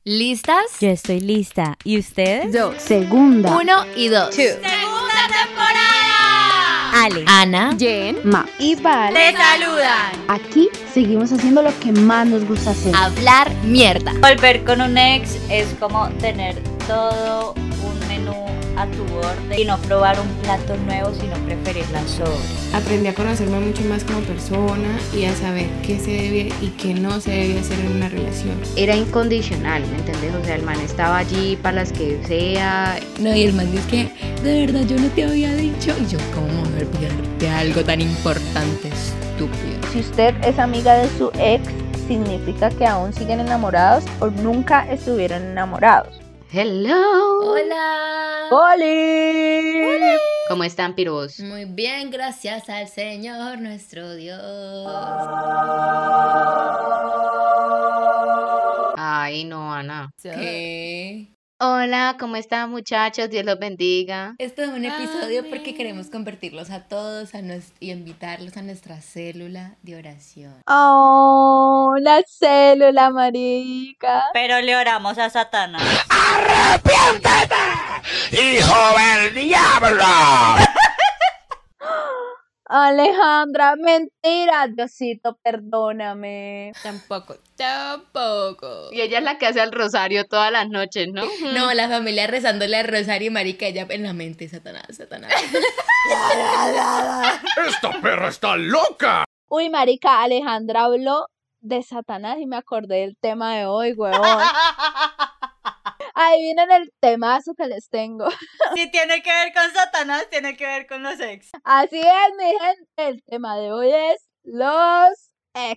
¿Listas? Yo estoy lista. ¿Y ustedes? Yo. Segunda. 1 y 2. ¡Segunda temporada! Ale, Ana, Jen, Ma. Y Val. te saludan. Aquí seguimos haciendo lo que más nos gusta hacer. Hablar mierda. Volver con un ex es como tener todo un menú a tu orden y no probar un plato nuevo, sino preferir las sobras. Aprendí a conocerme mucho más como persona y a saber qué se debe y qué no se debe hacer en una relación. Era incondicional, ¿me entendés? O sea, el man estaba allí para las que sea. No, y el man dice que de verdad yo no te había dicho. Y yo, ¿cómo me voy a olvidar de algo tan importante, estúpido? Si usted es amiga de su ex, significa que aún siguen enamorados o nunca estuvieron enamorados. Hello. Hola. ¡Holi! ¿Cómo están, piros? Muy bien, gracias al Señor nuestro Dios. Ay, no, Ana. ¿Qué? Hola, ¿cómo están, muchachos? Dios los bendiga. Esto es un episodio Amén. porque queremos convertirlos a todos y invitarlos a nuestra célula de oración. ¡Oh, la célula, marica! Pero le oramos a Satanás. ¡Hijo del diablo! Alejandra, mentira, Diosito, perdóname. Tampoco. Y ella es la que hace el rosario todas las noches, ¿no? No, la familia rezándole al rosario y marica, ella en la mente, Satanás. ¡Esta perra está loca! Uy, marica, Alejandra habló de Satanás y me acordé del tema de hoy, huevón. Ahí viene el temazo que les tengo. Si tiene que ver con Satanás, tiene que ver con los ex. Así es, mi gente. El tema de hoy es los ex.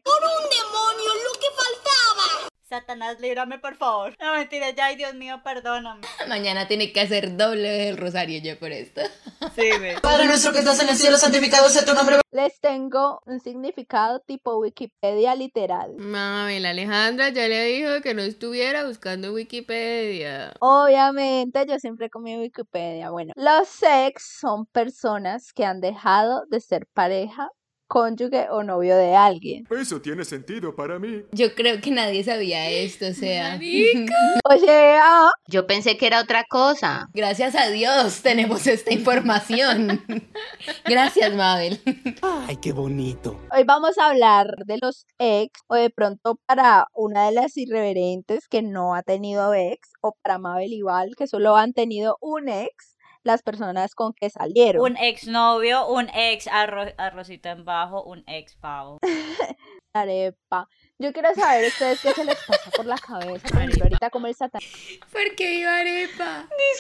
Satanás, líbrame, por favor. No, mentira, ya, ay, Dios mío, perdóname. Mañana tiene que hacer doble el rosario yo por esto. Sí, ve. Padre nuestro que estás en el cielo, santificado sea tu nombre. Les tengo un significado tipo Wikipedia literal. Mabel, Alejandra ya le dijo que no estuviera buscando Wikipedia. Obviamente, yo siempre con mi Wikipedia. Bueno, los ex son personas que han dejado de ser pareja, cónyuge o novio de alguien. Eso tiene sentido para mí. Yo creo que nadie sabía esto, o sea. O sea, Yo pensé que era otra cosa. Gracias a Dios tenemos esta información. Gracias, Mabel. Ay, qué bonito. hoy vamos a hablar de los ex, o de pronto para una de las irreverentes que no ha tenido ex, o para Mabel igual, que solo han tenido un ex, las personas con que salieron. Un ex novio, un ex arrocito en bajo, un ex pavo. Arepa. Yo quiero saber ustedes qué se les pasa por la cabeza, por ejemplo, ahorita como el Satanás. ¿Por qué iba arepa? Es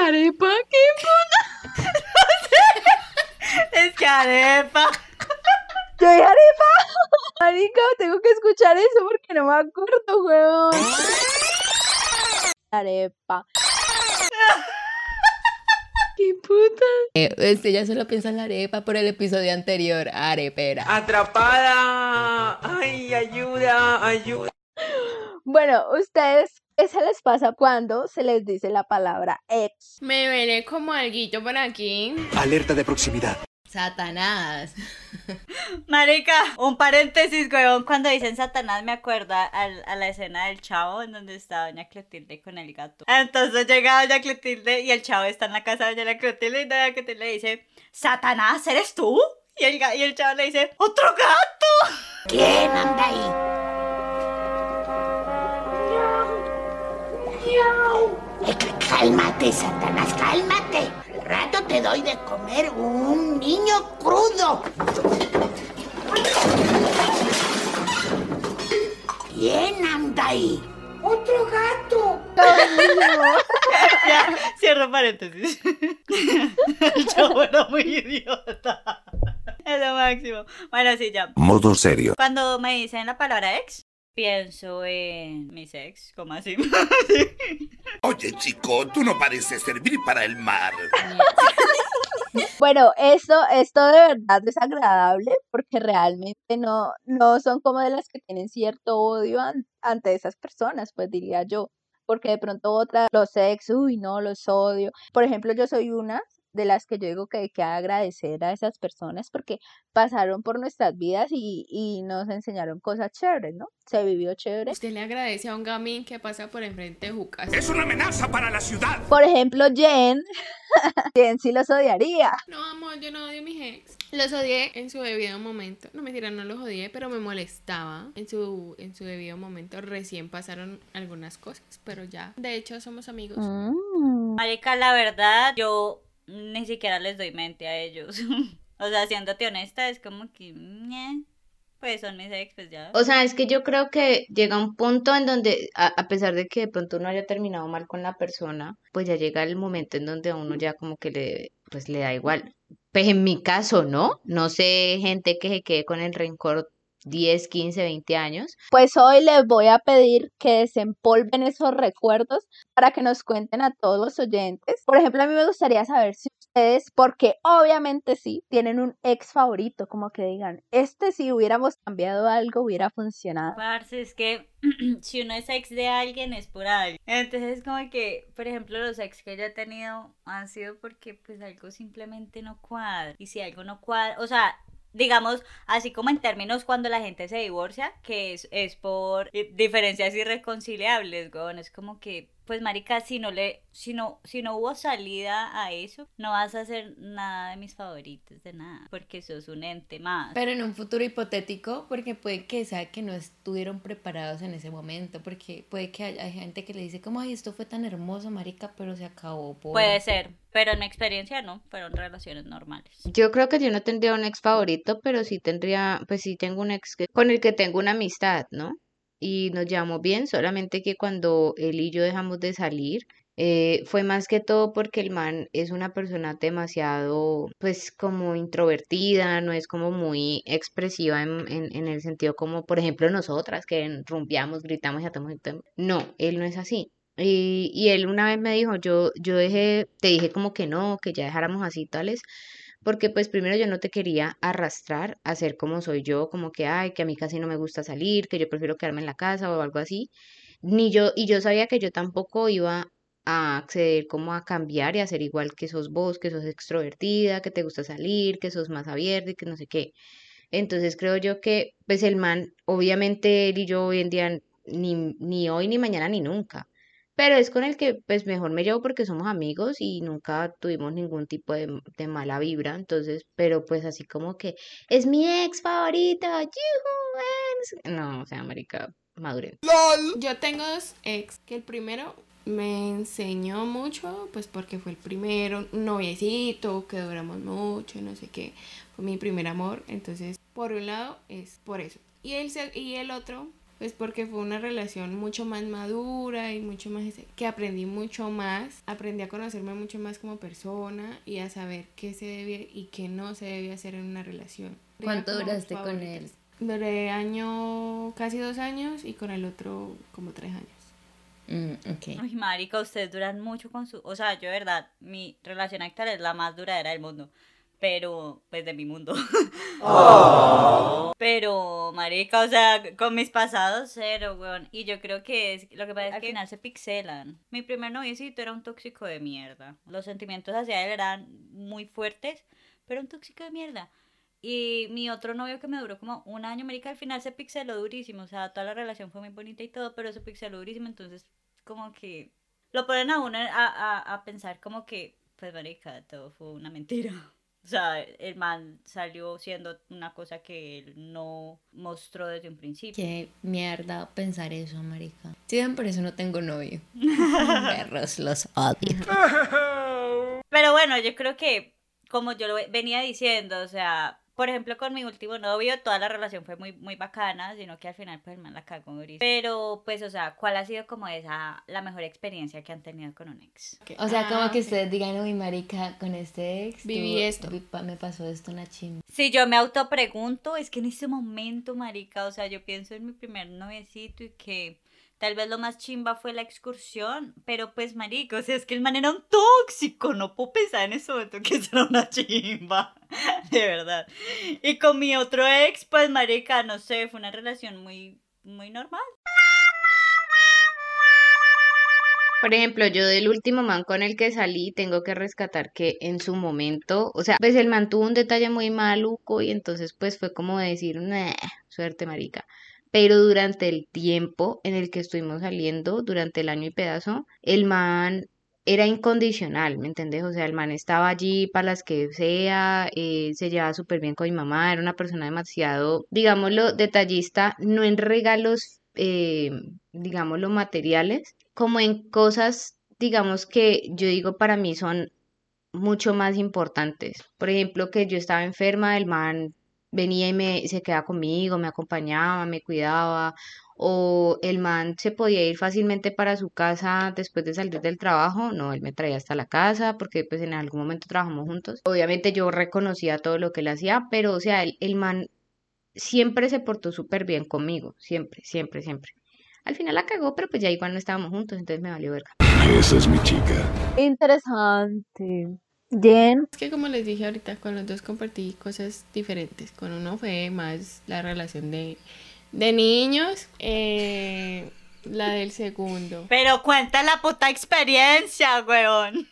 que arepa. Yo dije arepa. Marica, tengo que escuchar eso porque no me acuerdo, huevón. Arepa. ¡Qué puta! Ya solo piensa en la arepa por el episodio anterior. Arepera. Atrapada. Ay, ayuda, ayuda. Bueno, ¿ustedes qué se les pasa cuando se les dice la palabra ex? Me veré como alguito por aquí. Alerta de proximidad. Satanás. Marica, un paréntesis, huevón. Cuando dicen Satanás me acuerda a la escena del Chavo en donde está doña Clotilde con el gato. Entonces llega doña Clotilde y el Chavo está en la casa de doña Clotilde y doña Clotilde le dice, ¿Satanás eres tú? Y el Chavo le dice, ¡otro gato! ¿Quién anda ahí? Cálmate, Satanás, cálmate. Al rato te doy de comer un niño crudo. ¿Quién anda ahí? Otro gato. Ya, cierro paréntesis. El Chavo era muy idiota. Es lo máximo. Bueno, sí, ya. Modo serio. Cuando me dicen la palabra ex, pienso en mis ex, ¿cómo así? Oye, chico, tú no pareces servir para el mar. Bueno, esto de verdad es agradable porque realmente no son como de las que tienen cierto odio ante esas personas, pues diría yo. Porque de pronto otras, los ex, uy, no, los odio. Por ejemplo, yo soy una de las que yo digo que hay que agradecer a esas personas porque pasaron por nuestras vidas y nos enseñaron cosas chéveres, ¿no? Se vivió chévere. Usted le agradece a un gamín que pasa por enfrente de Jucas. ¡Es una amenaza para la ciudad! Por ejemplo, Jen. Jen sí los odiaría. No, amor, yo no odio a mis ex. Los odié en su debido momento. No, mentira, no los odié, pero me molestaba en su debido momento. Recién pasaron algunas cosas, pero ya. De hecho, somos amigos. Marica, la verdad, yo ni siquiera les doy mente a ellos. O sea, siéndote honesta, es como que... pues son mis ex, pues ya. O sea, es que yo creo que llega un punto en donde, a pesar de que de pronto uno haya terminado mal con la persona, pues ya llega el momento en donde a uno ya como que le da igual. Pues en mi caso, ¿no? No sé, gente que se quede con el rencor 10, 15, 20 años. Pues hoy les voy a pedir que desempolven esos recuerdos para que nos cuenten a todos los oyentes. Por ejemplo, a mí me gustaría saber si ustedes, porque obviamente sí, tienen un ex favorito, como que digan, si hubiéramos cambiado algo, hubiera funcionado. Parce, es que si uno es ex de alguien, es por algo. Entonces, como que, por ejemplo, los ex que yo he tenido han sido porque, pues, algo simplemente no cuadra. Y si algo no cuadra, o sea... digamos, así como en términos cuando la gente se divorcia, que es por diferencias irreconciliables, weón, es como que, pues marica, si no hubo salida a eso, no vas a hacer nada de mis favoritos, de nada, porque sos un ente más. Pero en un futuro hipotético, porque puede que sea que no estuvieron preparados en ese momento, porque puede que haya gente que le dice como, ay, esto fue tan hermoso, marica, pero se acabó por... Puede ser, pero en mi experiencia no, fueron relaciones normales. Yo creo que yo no tendría un ex favorito, pero sí tengo un ex con el que tengo una amistad, ¿no? Y nos llevamos bien, solamente que cuando él y yo dejamos de salir, fue más que todo porque el man es una persona demasiado, pues, como introvertida, no es como muy expresiva en el sentido como, por ejemplo, nosotras, que rumbeamos, gritamos y hacemos... No, él no es así. Y él una vez me dijo, te dije como que no, que ya dejáramos así tales, porque pues primero yo no te quería arrastrar a ser como soy yo, como que, ay, que a mí casi no me gusta salir, que yo prefiero quedarme en la casa o algo así, y yo sabía que yo tampoco iba a acceder como a cambiar y a ser igual que sos vos, que sos extrovertida, que te gusta salir, que sos más abierta y que no sé qué. Entonces creo yo que pues el man, obviamente él y yo hoy en día ni hoy, ni mañana, ni nunca. Pero es con el que pues mejor me llevo porque somos amigos y nunca tuvimos ningún tipo de mala vibra. Entonces, pero pues así como que es mi ex favorito. No, o sea, marica, maduren. Yo tengo dos ex, que el primero me enseñó mucho, pues porque fue el primero, un noviecito, que duramos mucho, no sé qué, fue mi primer amor. Entonces, por un lado es por eso. Y el otro... pues porque fue una relación mucho más madura y mucho más... que aprendí mucho más, aprendí a conocerme mucho más como persona y a saber qué se debe y qué no se debe hacer en una relación. ¿Cuánto duraste con él? Duré casi 2 años y con el otro como 3 años. Okay. Uy, marica, ustedes duran mucho con su... O sea, yo de verdad, mi relación actual es la más duradera del mundo. Pero, pues de mi mundo. Oh. Pero, marica, o sea, con mis pasados, cero, weón. Y yo creo que lo que pasa es que al final se pixelan. Mi primer noviecito era un tóxico de mierda. Los sentimientos hacia él eran muy fuertes, pero un tóxico de mierda. Y mi otro novio que me duró como 1 año, marica, al final se pixeló durísimo. O sea, toda la relación fue muy bonita y todo, pero se pixeló durísimo. Entonces, como que lo ponen a uno a pensar como que, pues, marica, todo fue una mentira. O sea, el man salió siendo una cosa que él no mostró desde un principio. Qué mierda pensar eso, marica. Sí, por eso no tengo novio. Perros, los odio. Pero bueno, yo creo que, como yo lo venía diciendo, o sea, por ejemplo, con mi último novio, toda la relación fue muy, muy bacana, sino que al final, pues, el man la cagó durísimo. Pero, pues, o sea, ¿cuál ha sido como la mejor experiencia que han tenido con un ex? O sea, como que ustedes digan, uy, marica, con este ex viví esto. Me pasó esto, una chimba. Si yo me autopregunto, es que en ese momento, marica, o sea, yo pienso en mi primer noviecito y que... tal vez lo más chimba fue la excursión, pero pues, marico, o sea, es que el man era un tóxico, no puedo pensar en ese momento que eso era una chimba, de verdad. Y con mi otro ex, pues, marica, no sé, fue una relación muy, muy normal. Por ejemplo, yo del último man con el que salí, tengo que rescatar que en su momento, o sea, pues el man tuvo un detalle muy maluco y entonces pues fue como decir, nah, suerte marica. Pero durante el tiempo en el que estuvimos saliendo, durante el año y pedazo, el man era incondicional, ¿me entendés? O sea, el man estaba allí para las que sea, se llevaba súper bien con mi mamá, era una persona demasiado, digámoslo, detallista, no en regalos, digámoslo, materiales, como en cosas, digamos que yo digo para mí son mucho más importantes. Por ejemplo, que yo estaba enferma, el man venía y se quedaba conmigo, me acompañaba, me cuidaba, o el man se podía ir fácilmente para su casa después de salir del trabajo, no, él me traía hasta la casa porque pues en algún momento trabajamos juntos. Obviamente yo reconocía todo lo que él hacía, pero o sea, el man siempre se portó súper bien conmigo, siempre, siempre, siempre. Al final la cagó, pero pues ya igual no estábamos juntos, entonces me valió verga. Esa es mi chica. Interesante. Jen, Es que como les dije ahorita, con los dos compartí cosas diferentes. Con uno fue más la relación de niños, la del segundo. Pero cuenta la puta experiencia, weón.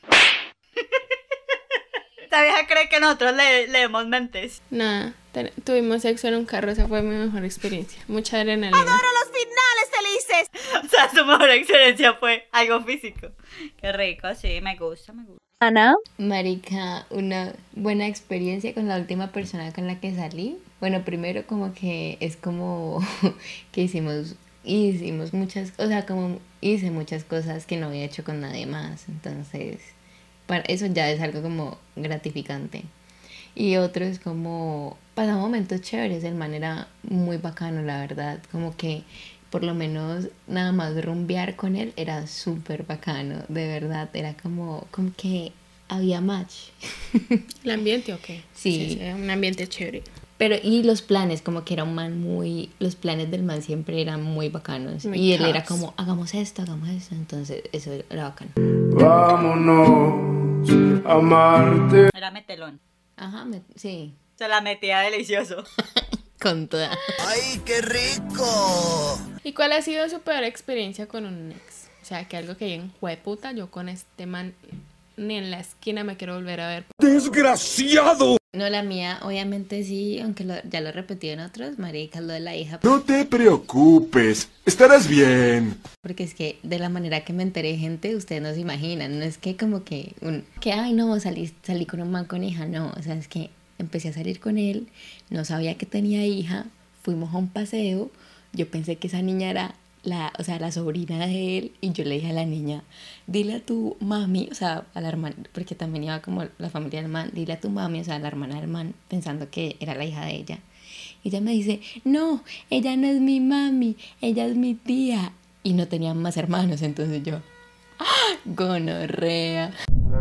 Esta vieja cree que nosotros leemos mentes. Nada, tuvimos sexo en un carro, esa fue mi mejor experiencia. Mucha adrenalina. los finales felices! O sea, su mejor experiencia fue algo físico. Qué rico, sí, me gusta, me gusta. Ana, Marica, una buena experiencia con la última persona con la que salí. Bueno, primero como que es como que hicimos muchas, o sea, como hice muchas cosas que no había hecho con nadie más. Entonces, para eso ya es algo como gratificante. Y otro es como pasamos momentos chéveres, el man era muy bacano, la verdad, como que por lo menos nada más rumbear con él era súper bacano, de verdad, era como que había match. ¿El ambiente o qué? Sí. Un ambiente chévere. Pero y los planes, como que era un man los planes del man siempre eran muy bacanos. Muy Y él era tops. como, hagamos esto, entonces eso era bacano. Vámonos a Marte. Era metelón. Ajá, sí, Se la metía delicioso. con toda. ¡Ay, qué rico! ¿Y cuál ha sido su peor experiencia con un ex? O sea, que algo que digan, jueputa, yo con este man ni en la esquina me quiero volver a ver. ¡Desgraciado! No, la mía, obviamente sí, aunque ya lo he repetido en otros, marica, lo de la hija. No te preocupes, estarás bien. Porque es que de la manera que me enteré, gente, ustedes no se imaginan, no es que como que, ay no, salí con un man con hija, no, o sea, es que empecé a salir con él, no sabía que tenía hija, fuimos a un paseo, yo pensé que esa niña era la sobrina de él, y yo le dije a la niña, dile a tu mami, o sea, a la hermana, porque también iba como la familia del man, dile a tu mami, o sea, a la hermana del man, pensando que era la hija de ella. Y ella me dice, no, ella no es mi mami, ella es mi tía. Y no tenían más hermanos, entonces yo, ¡ah! Gonorrea.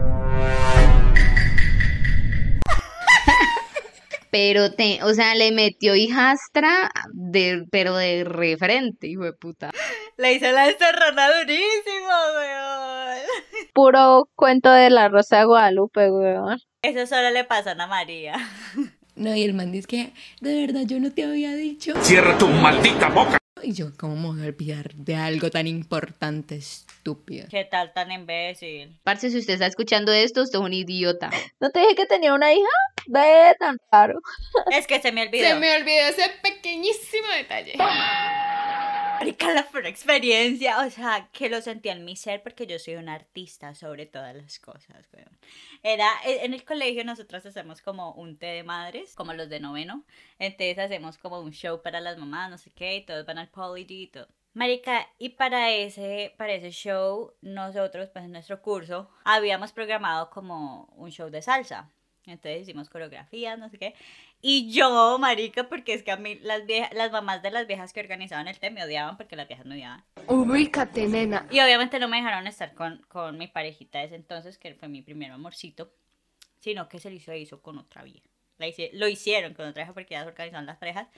Pero o sea, le metió hijastra pero de refrente, hijo de puta. Le hice la encerrona durísimo, weón. puro cuento de la Rosa de Guadalupe, weón. Eso solo le pasa a Ana María. No, y el man dice que, de verdad, yo no te había dicho. ¡Cierra tu maldita boca! Y yo, ¿cómo me voy a olvidar de algo tan importante, estúpida? ¿Qué tal tan imbécil? Parce, si usted está escuchando esto, usted es un idiota. ¿No te dije que tenía una hija? Ve tan raro. Es que se me olvidó. Se me olvidó ese pequeñísimo detalle. Marica, la peor experiencia, o sea, que lo sentía en mi ser porque yo soy una artista sobre todas las cosas, weón. En el colegio nosotros hacemos como un té de madres, como los de noveno, entonces hacemos como un show para las mamás, no sé qué, y todos van al Poly y todo. Marica, y para ese show, nosotros, pues en nuestro curso, habíamos programado como un show de salsa. Entonces hicimos coreografías, no sé qué. Y yo, marica, porque es que a mí las mamás de las viejas que organizaban el té me odiaban porque las viejas me odiaban. Ubícate, nena. Y obviamente no me dejaron estar con mi parejita de ese entonces, que fue mi primer amorcito, sino que se lo hizo con otra vieja. Lo hicieron con otra vieja porque ya se organizaban las parejas.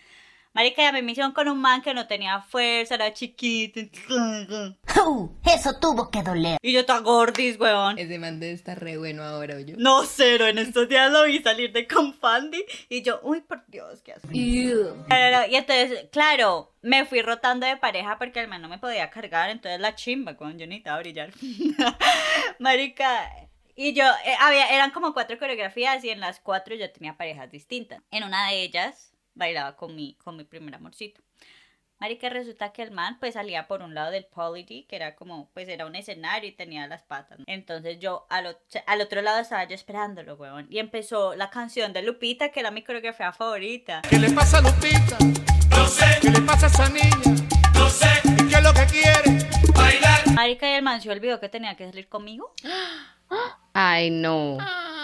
Marica, y a mí me hicieron con un man que no tenía fuerza, era chiquito. Eso tuvo que doler. Y yo tan gordis, weón. Ese man debe estar re bueno ahora, yo. No, cero, en estos días lo vi salir de Confandi y yo, uy, por Dios, qué asco. Y entonces, claro, me fui rotando de pareja porque el man no me podía cargar, entonces la chimba, weón, yo necesitaba brillar. Marica... Y yo, eran como 4 coreografías y en las 4 yo tenía parejas distintas. En una de ellas bailaba con mi primer amorcito. Marica, resulta que el man pues salía por un lado del Polity, que era como, pues era un escenario y tenía las patas, ¿no? Entonces yo al otro lado estaba yo esperándolo, huevón. Y empezó la canción de Lupita, que era mi coreografía favorita. ¿Qué le pasa a Lupita? No sé. ¿Qué le pasa a esa niña? No sé. ¿Y qué es lo que quiere? Bailar. Marica, y el man se olvidó que tenía que salir conmigo. Ay, no.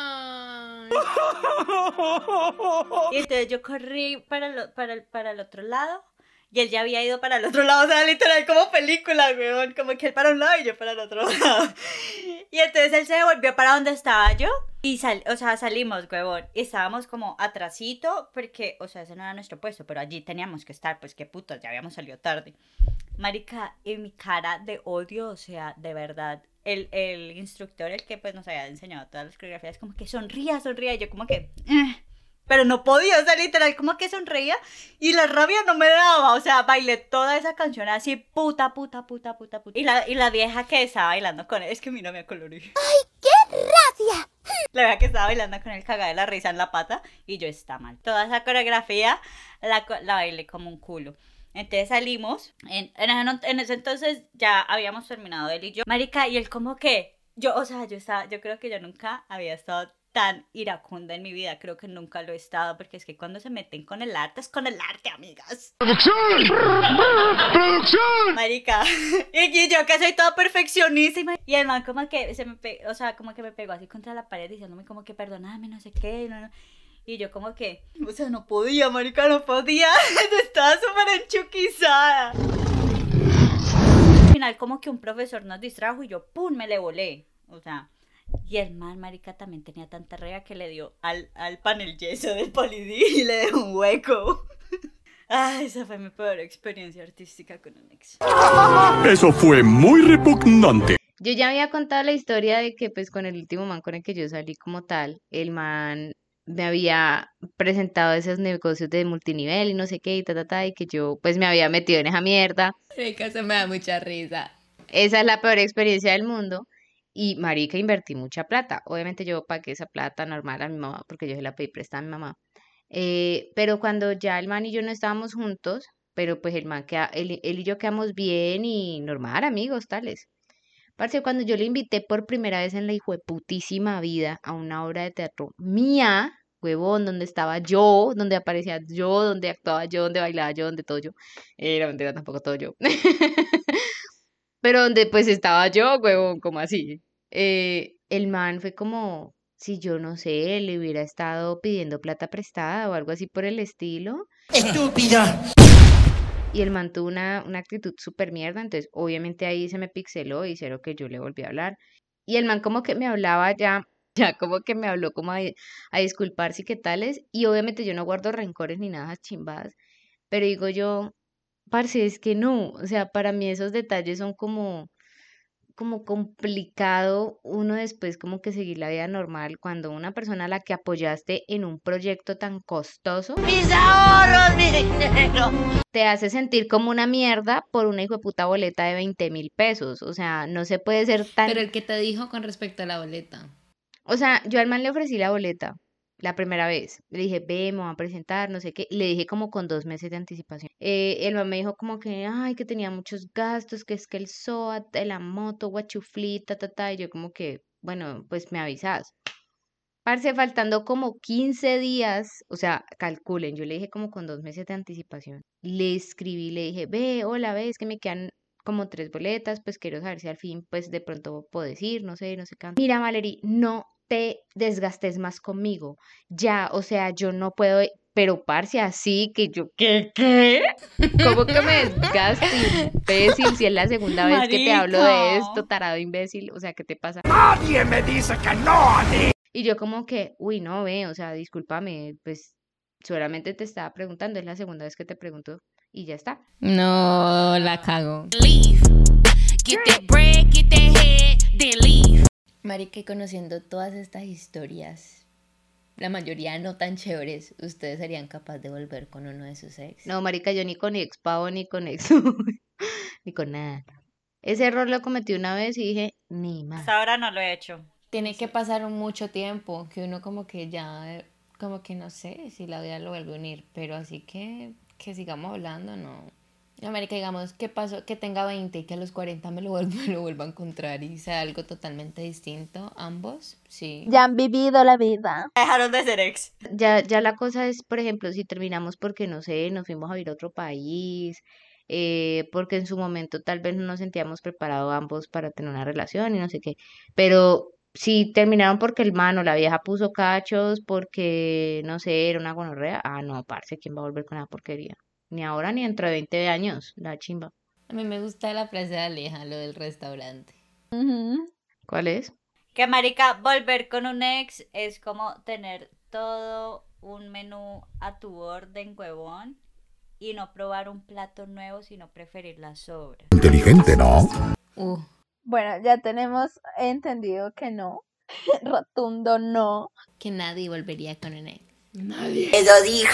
Y entonces yo corrí para el otro lado y él ya había ido para el otro lado, o sea, literal como película, weón, como que él para un lado y yo para el otro lado. Y entonces él se devolvió para donde estaba yo y salimos, weón, y estábamos como atrasito porque, o sea, ese no era nuestro puesto, pero allí teníamos que estar, pues qué putas, ya habíamos salido tarde. Marica, en mi cara de odio, o sea, de verdad, el instructor, el que pues nos había enseñado todas las coreografías, como que sonría, y yo como que... Pero no podía, o sea, literal, como que sonreía y la rabia no me daba, o sea, bailé toda esa canción así, puta. Y la vieja que estaba bailando con él, es que mi novia colorí. ¡Ay, qué rabia! La vieja que estaba bailando con él cagada de la risa en la pata y yo, está mal. Toda esa coreografía la bailé como un culo. Entonces salimos, en ese entonces ya habíamos terminado él y yo. Marica, y él como que, yo creo que yo nunca había estado tan iracunda en mi vida, creo que nunca lo he estado, porque es que cuando se meten con el arte, es con el arte, amigas. ¡Producción! Marica, y yo que soy toda perfeccionista, y el man como que como que me pegó así contra la pared diciéndome como que perdóname, no sé qué, no. Y yo como que, o sea, no podía, marica, no podía. Estaba súper enchuquizada. Al final como que un profesor nos distrajo y yo, ¡pum!, me le volé. O sea, y el man, marica, también tenía tanta rega que le dio al panel yeso del Polidí y le dejó un hueco. Ay, esa fue mi peor experiencia artística con un ex. Eso fue muy repugnante. Yo ya había contado la historia de que pues con el último man con el que yo salí como tal, el man... me había presentado esos negocios de multinivel y no sé qué y y que yo pues me había metido en esa mierda. Marica, se me da mucha risa. Esa es la peor experiencia del mundo y marica, invertí mucha plata. Obviamente yo pagué esa plata normal a mi mamá porque yo se la pedí prestada a mi mamá. Pero cuando ya el man y yo no estábamos juntos, pero pues él y yo quedamos bien y normal, amigos, tales. Parce, cuando yo le invité por primera vez en la hijueputísima vida a una obra de teatro mía, huevón, donde estaba yo, donde aparecía yo, donde actuaba yo, donde bailaba yo, donde todo yo. No, mentira, tampoco todo yo. Pero donde pues estaba yo, huevón, como así. El man fue como, si yo no sé, le hubiera estado pidiendo plata prestada o algo así por el estilo. ¡Estúpida! Y el man tuvo una actitud súper mierda, entonces obviamente ahí se me pixeló y cero que yo le volví a hablar. Y el man como que me hablaba ya como que me habló como a disculparse y qué tales, y obviamente yo no guardo rencores ni nada chimbadas, pero digo yo, parce, es que no, o sea, para mí esos detalles son como complicado uno después como que seguir la vida normal cuando una persona a la que apoyaste en un proyecto tan costoso ¡Mis ahorros, mi dinero! te hace sentir como una mierda por una hijueputa boleta de 20,000 pesos, o sea, no se puede ser tan... Pero el que te dijo con respecto a la boleta. O sea, yo al man le ofrecí la boleta la primera vez. Le dije, ve, me voy a presentar, no sé qué. Y le dije como con 2 meses de anticipación. El man me dijo como que, ay, que tenía muchos gastos, que es que el SOAT, la moto, guachuflita, y yo como que, bueno, pues me avisas. Parce, faltando como 15 días, o sea, calculen, yo le dije como con 2 meses de anticipación. Le escribí, le dije, ve, hola, ves que me quedan como 3 boletas, pues quiero saber si al fin, pues de pronto puedo ir, no sé qué. Mira, Valerie, no te desgastes más conmigo, ya, o sea, yo no puedo, pero parce, así que yo, ¿qué? ¿Cómo que me desgaste, imbécil? Si es la segunda vez que te hablo de esto, tarado imbécil, o sea, ¿qué te pasa? Nadie me dice que no, Ani. Y yo como que, uy, no, ve, o sea, discúlpame, pues, Solamente te estaba preguntando, es la segunda vez que te pregunto y ya está. No, la cago. Marica, y conociendo todas estas historias, la mayoría no tan chéveres, ¿ustedes serían capaces de volver con uno de sus ex? No, marica, yo ni con ex pavo, ni con ex, ni con nada. Ese error lo cometí una vez y dije, ni más. Hasta ahora no lo he hecho. Tiene que pasar mucho tiempo, que uno como que ya, como que no sé si la vida lo vuelve a unir, pero así que sigamos hablando, no. América, digamos, ¿qué pasó? Que tenga 20 y que a los 40 me lo vuelva a encontrar y sea algo totalmente distinto, ambos, sí. Ya han vivido la vida. Dejaron de ser ex. Ya la cosa es, por ejemplo, si terminamos porque, no sé, nos fuimos a vivir a otro país, porque en su momento tal vez no nos sentíamos preparados ambos para tener una relación y no sé qué, pero si terminaron porque el man o la vieja puso cachos, porque, no sé, era una gonorrea, no, parce, ¿quién va a volver con esa porquería? Ni ahora ni dentro de 20 años, la chimba. A mí me gusta la frase de Aleja, lo del restaurante. ¿Cuál es? Que marica, volver con un ex es como tener todo un menú a tu orden, huevón, y no probar un plato nuevo, sino preferir las sobras. Inteligente, ¿no? Bueno, ya tenemos entendido que no. Rotundo no. Que nadie volvería con un ex. Nadie. Eso dijo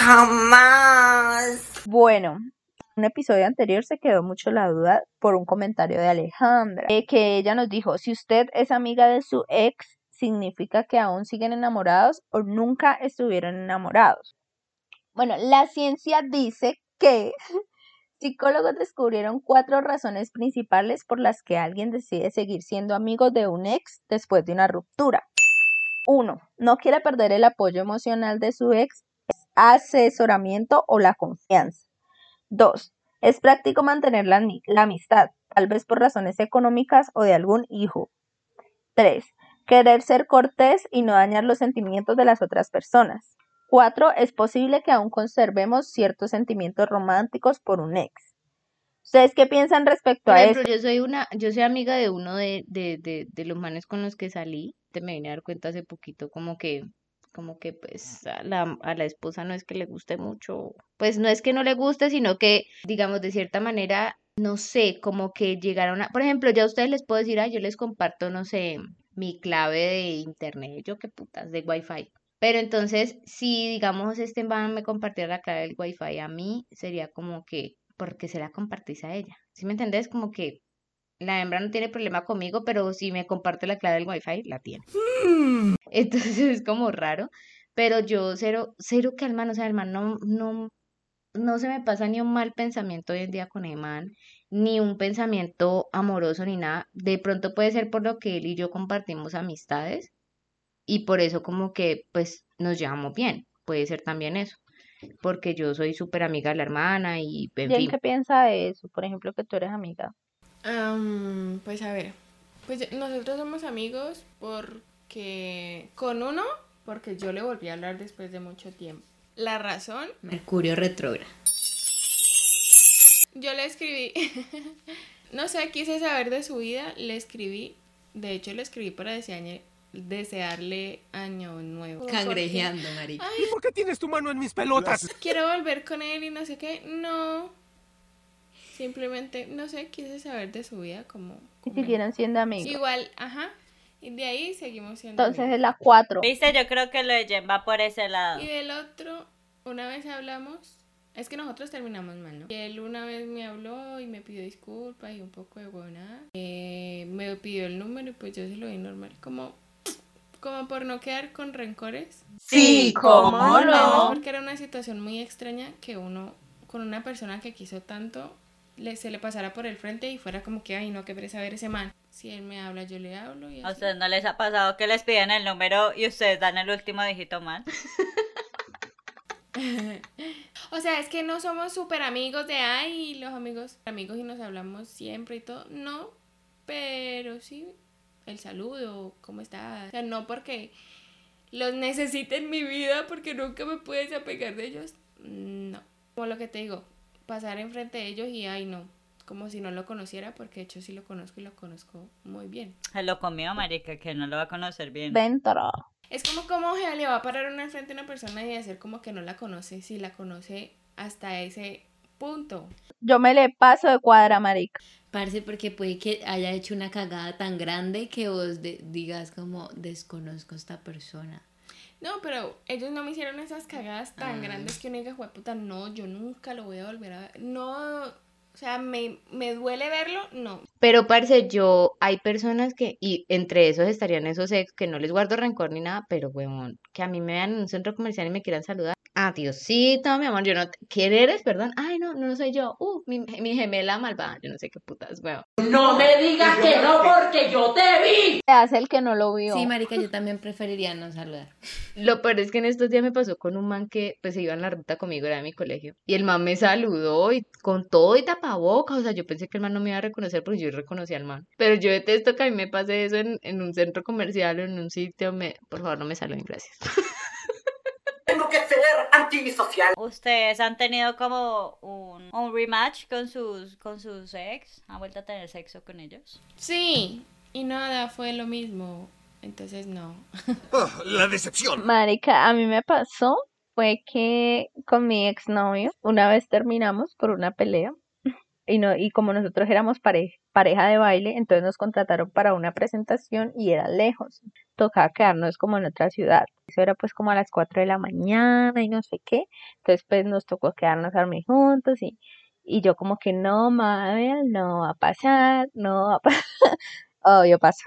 más. Bueno, en un episodio anterior se quedó mucho la duda por un comentario de Alejandra, que ella nos dijo, si usted es amiga de su ex, ¿significa que aún siguen enamorados o nunca estuvieron enamorados? Bueno, la ciencia dice que psicólogos descubrieron 4 razones principales por las que alguien decide seguir siendo amigo de un ex después de una ruptura. 1. No quiere perder el apoyo emocional de su ex, asesoramiento o la confianza. 2. Es práctico mantener la amistad, tal vez por razones económicas o de algún hijo. 3. Querer ser cortés y no dañar los sentimientos de las otras personas. 4. Es posible que aún conservemos ciertos sentimientos románticos por un ex. ¿Ustedes qué piensan respecto Por a ejemplo, eso? yo soy amiga de uno de los manes con los que salí. Me vine a dar cuenta hace poquito como que pues a la esposa no es que le guste mucho, pues no es que no le guste, sino que, digamos, de cierta manera, no sé, como que llegaron a, por ejemplo, ya a ustedes les puedo decir, yo les comparto, no sé, mi clave de internet, yo qué putas, de Wi-Fi. Pero entonces, si digamos este man me compartiera la clave del Wi-Fi a mí, sería como que, ¿por qué se la compartís a ella? ¿Sí me entendés? Como que la hembra no tiene problema conmigo, pero si me comparte la clave del Wi-Fi, la tiene. Entonces es como raro, pero yo cero que al man, o sea, el man no se me pasa ni un mal pensamiento hoy en día con el man, ni un pensamiento amoroso, ni nada. De pronto puede ser por lo que él y yo compartimos amistades y por eso como que pues nos llevamos bien, puede ser también eso, porque yo soy súper amiga de la hermana y en ¿Jen fin. qué piensa de eso? Por ejemplo, que tú eres amiga. Pues a ver, pues nosotros somos amigos porque porque yo le volví a hablar después de mucho tiempo. La razón, Mercurio retrógrado. yo le escribí, no sé, quise saber de su vida, le escribí, de hecho le escribí para desearle año nuevo. Cangrejeando, marica. ¿Y por qué tienes tu mano en mis pelotas? Quiero volver con él y no sé qué, no. Simplemente, no sé, quise saber de su vida como Y siguieron siendo amigos. igual, y de ahí seguimos siendo Entonces amigos. es la 4. Viste, yo creo que lo de Jen va por ese lado. Y del otro, una vez hablamos, es que nosotros terminamos mal, ¿no? Y él una vez me habló y me pidió disculpas y un poco de huevonada. Me pidió el número y pues yo se lo di normal, como por no quedar con rencores. Sí, ¿cómo no? Porque era una situación muy extraña que uno, con una persona que quiso tanto, se le pasara por el frente y fuera como que, ay no, qué pereza ver ese man. Si él me habla, yo le hablo y ¿A así. ustedes no les ha pasado que les piden el número y ustedes dan el último dígito mal? O sea, es que no somos súper amigos de ay, los amigos y nos hablamos siempre y todo. No, pero sí, el saludo, ¿cómo estás? O sea, no porque los necesite en mi vida, porque nunca me puedes desapegar de ellos. No. Como lo que te digo, pasar enfrente de ellos y ay, no. Como si no lo conociera, porque de hecho sí lo conozco y lo conozco muy bien. Se lo comió, marica, que no lo va a conocer bien. Dentro. Es como que le va a parar una frente a una persona y hacer como que no la conoce, si la conoce hasta ese punto. Yo me le paso de cuadra, marica. Parce, porque puede que haya hecho una cagada tan grande que vos digas como, desconozco a esta persona. No, pero ellos no me hicieron esas cagadas tan grandes que uno diga, jueputa, no, yo nunca lo voy a volver a ver. No, o sea, me duele verlo, no. Pero, parce, hay personas que, y entre esos estarían esos ex que no les guardo rencor ni nada, pero, weón, que a mí me vean en un centro comercial y me quieran saludar. Ah, Diosito, mi amor, yo no... ¿Quién eres? Perdón. Ay, no soy yo. Mi gemela malvada. Yo no sé qué putas, weón. No me digas que no porque yo te vi. Se hace el que no lo vio. Sí, marica, yo también preferiría no saludar. Lo peor es que en estos días me pasó con un man que pues se iba en la ruta conmigo, era de mi colegio. Y el man me saludó y con todo y tapabocas. O sea, yo pensé que el man no me iba a reconocer porque yo reconocí al man. Pero yo detesto que a mí me pase eso en un centro comercial o en un sitio. Por favor, no me saluden, gracias. Tengo que ser antisocial. ¿Ustedes han tenido como un rematch con sus ex? ¿Han vuelto a tener sexo con ellos? Sí, y nada, fue lo mismo. Entonces no. Oh, la decepción. Marica, a mí me pasó fue que con mi exnovio una vez terminamos por una pelea y como nosotros éramos pareja de baile, entonces nos contrataron para una presentación y era lejos. Tocaba quedarnos como en otra ciudad. Eso era pues como a las 4 de la mañana y no sé qué. Entonces pues nos tocó quedarnos a dormir juntos y yo como que no, Mabel, no va a pasar, no va a pasar. Obvio pasó.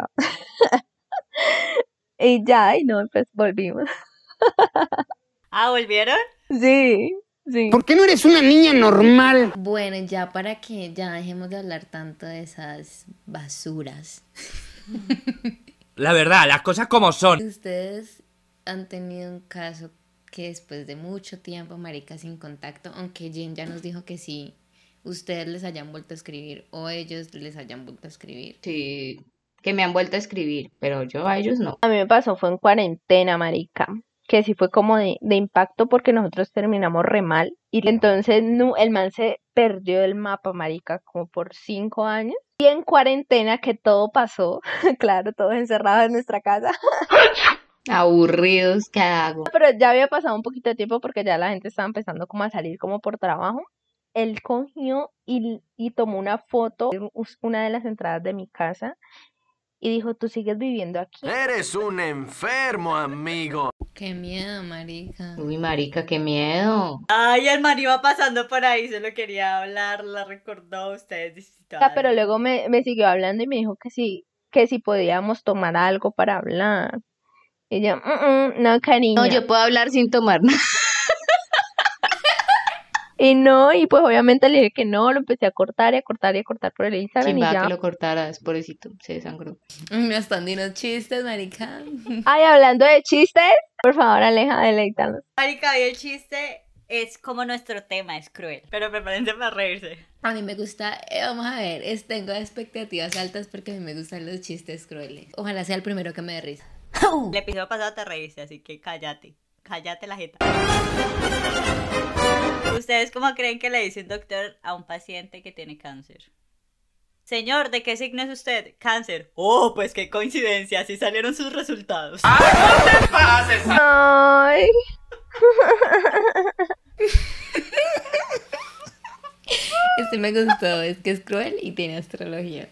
Y ya, y no, pues volvimos. ¿Ah, volvieron? Sí. ¿Por qué no eres una niña normal? Bueno, ya para que ya dejemos de hablar tanto de esas basuras. La verdad, las cosas como son. Ustedes han tenido un caso que después de mucho tiempo, marica, sin contacto, aunque Jen ya nos dijo que sí, ustedes les hayan vuelto a escribir o ellos les hayan vuelto a escribir. Sí, que me han vuelto a escribir, pero yo a ellos no. A mí me pasó, fue en cuarentena, marica, que sí fue como de impacto porque nosotros terminamos re mal y entonces el man se perdió del mapa, marica, como por 5 años. Y en cuarentena que todo pasó, claro, todos encerrados en nuestra casa. Aburridos, ¿qué hago? Pero ya había pasado un poquito de tiempo porque ya la gente estaba empezando como a salir como por trabajo. Él cogió y tomó una foto de una de las entradas de mi casa y dijo, ¿tú sigues viviendo aquí? Eres un enfermo, amigo. Qué miedo, marica. Uy, marica, qué miedo. Ay, el man iba pasando por ahí, solo quería hablar, la recordó a ustedes. Pero luego me siguió hablando y me dijo que sí podíamos tomar algo para hablar. Y yo, no, cariño. No, yo puedo hablar sin tomar nada. Y pues obviamente le dije que no, lo empecé a cortar por el Instagram y ya. Que lo cortaras, pobrecito, se desangró. Me están dando chistes, marica. Ay, hablando de chistes, por favor, Aleja, deleítanos. Marica, y el chiste es como nuestro tema, es cruel, pero prepárense para reírse. A mí me gusta, vamos a ver, tengo expectativas altas porque a mí me gustan los chistes crueles. Ojalá sea el primero que me dé risa. El episodio pasado te reíste, así que cállate la jeta. ¿Ustedes cómo creen que le dice un doctor a un paciente que tiene cáncer? Señor, ¿de qué signo es usted? Cáncer. Oh, pues qué coincidencia, así salieron sus resultados. ¡Ay, no te pases! Ay. Me gustó, es que es cruel y tiene astrología.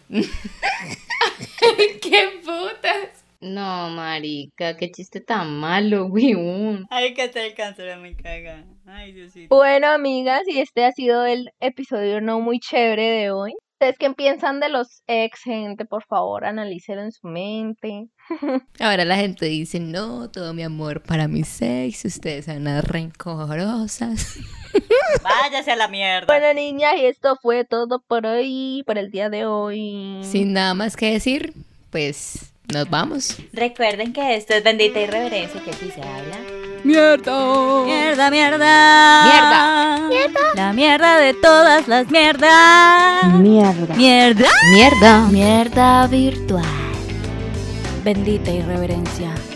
¡Qué putas! No, marica, qué chiste tan malo, weón. Ay, que está el cáncer, me caga. Ay, Diosito. Bueno, amigas, y este ha sido el episodio no muy chévere de hoy. ¿Ustedes qué piensan de los ex, gente? Por favor, analícelo en su mente. Ahora la gente dice, no, todo mi amor para mis ex, ustedes son unas rencorosas. Váyase a la mierda. Bueno, niñas, y esto fue todo por hoy, por el día de hoy. Sin nada más que decir, pues nos vamos. Recuerden que esto es Bendita Irreverencia, que aquí se habla. ¡Mierda! ¡Mierda, mierda! ¡Mierda! ¡Mierda! La mierda de todas las mierdas. Mierda. ¡Mierda! ¡Mierda! Mierda virtual. Bendita Irreverencia.